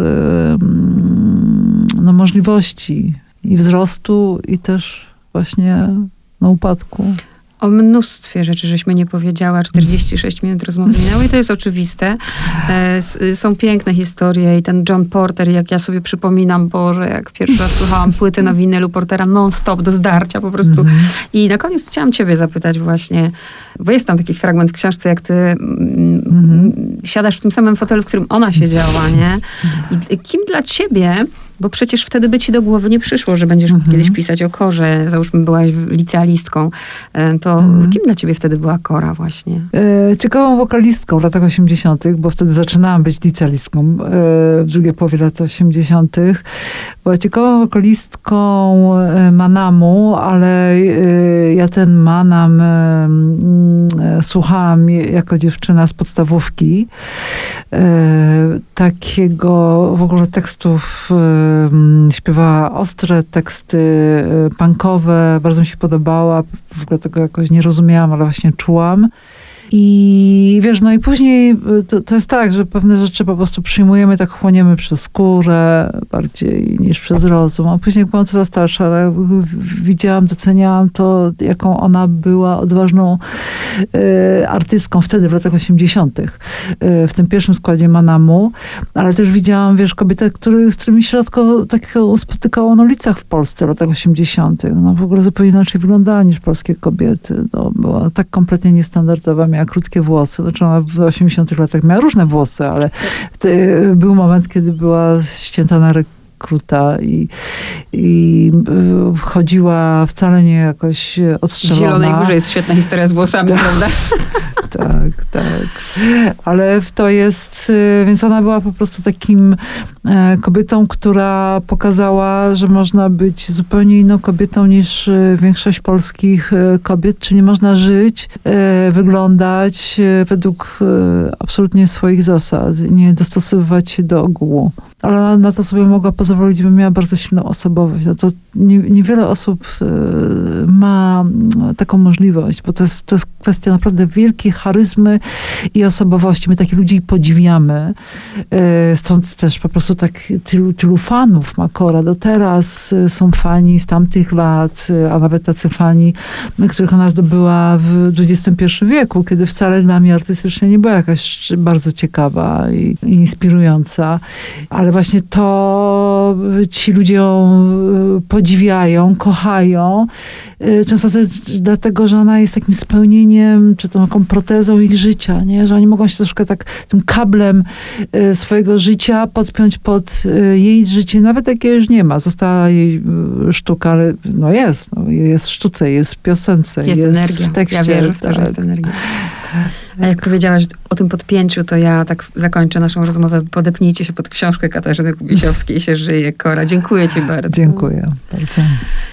no, możliwości i wzrostu, i też właśnie no, upadku. O mnóstwie rzeczy żeśmy nie powiedziała. czterdzieści sześć minut rozmowy minęło i to jest oczywiste. E, są piękne historie i ten John Porter, jak ja sobie przypominam, Boże, jak pierwszy raz słuchałam płyty na winylu Portera non-stop do zdarcia po prostu. Mm-hmm. I na koniec chciałam ciebie zapytać właśnie, bo jest tam taki fragment w książce, jak ty mm-hmm. siadasz w tym samym fotelu, w którym ona siedziała, nie? I kim dla ciebie, bo przecież wtedy by ci do głowy nie przyszło, że będziesz mm-hmm. kiedyś pisać o Korze. Załóżmy, byłaś licealistką. To mm-hmm. kim dla ciebie wtedy była Kora właśnie? E, ciekawą wokalistką w latach osiemdziesiątych, bo wtedy zaczynałam być licealistką e, w drugiej połowie lat osiemdziesiątych. Była ciekawą wokalistką e, Manamu, ale e, ja ten Manam e, e, słuchałam jako dziewczyna z podstawówki. E, takiego w ogóle tekstów e, śpiewała ostre teksty punkowe, bardzo mi się podobała, w ogóle tego jakoś nie rozumiałam, ale właśnie czułam. I wiesz, no i później to, to jest tak, że pewne rzeczy po prostu przyjmujemy, tak chłoniemy przez skórę bardziej niż przez rozum. A później jak byłam coraz starsza, ale widziałam, doceniałam to, jaką ona była odważną y, artystką wtedy, w latach osiemdziesiątych. Y, w tym pierwszym składzie Manamu. Ale też widziałam, wiesz, kobiety, który, z którymi się rzadko tak spotykało na ulicach w Polsce w latach osiemdziesiątych. No w ogóle zupełnie inaczej wyglądała niż polskie kobiety. No, była tak kompletnie niestandardowa, miała krótkie włosy. Znaczy ona w osiemdziesiątych latach miała różne włosy, ale był moment, kiedy była ścięta na rekruta i, i chodziła wcale nie jakoś odstrzelona. W Zielonej Górze jest świetna historia z włosami, tak, prawda? tak, tak. Ale to jest, więc ona była po prostu takim kobietą, która pokazała, że można być zupełnie inną kobietą niż większość polskich kobiet, czyli można żyć, wyglądać według absolutnie swoich zasad, nie dostosowywać się do ogółu. Ale ona na to sobie mogła pozwolić, bo miała bardzo silną osobowość. No to nie, niewiele osób ma taką możliwość, bo to jest, to jest kwestia naprawdę wielkiej charyzmy i osobowości. My takich ludzi podziwiamy. Stąd też po prostu tak tylu, tylu fanów ma Cora. Do teraz są fani z tamtych lat, a nawet tacy fani, których ona zdobyła w dwudziestym pierwszym wieku, kiedy wcale dla mnie artystycznie nie była jakaś bardzo ciekawa i, i inspirująca. Ale właśnie to ci ludzie ją podziwiają, kochają. Często też dlatego, że ona jest takim spełnieniem, czy taką protezą ich życia, nie? Że oni mogą się troszkę tak tym kablem swojego życia podpiąć pod jej życie, nawet jak jej już nie ma. Została jej sztuka, ale no jest, no jest w sztuce, jest w piosence, jest, jest energia. w tekście. Ja wierzę w to, tak. że jest energia. A jak powiedziałaś o tym podpięciu, to ja tak zakończę naszą rozmowę. Podepnijcie się pod książkę Katarzyny Kubisiowskiej, się żyje, Cora. Dziękuję ci bardzo. Dziękuję bardzo.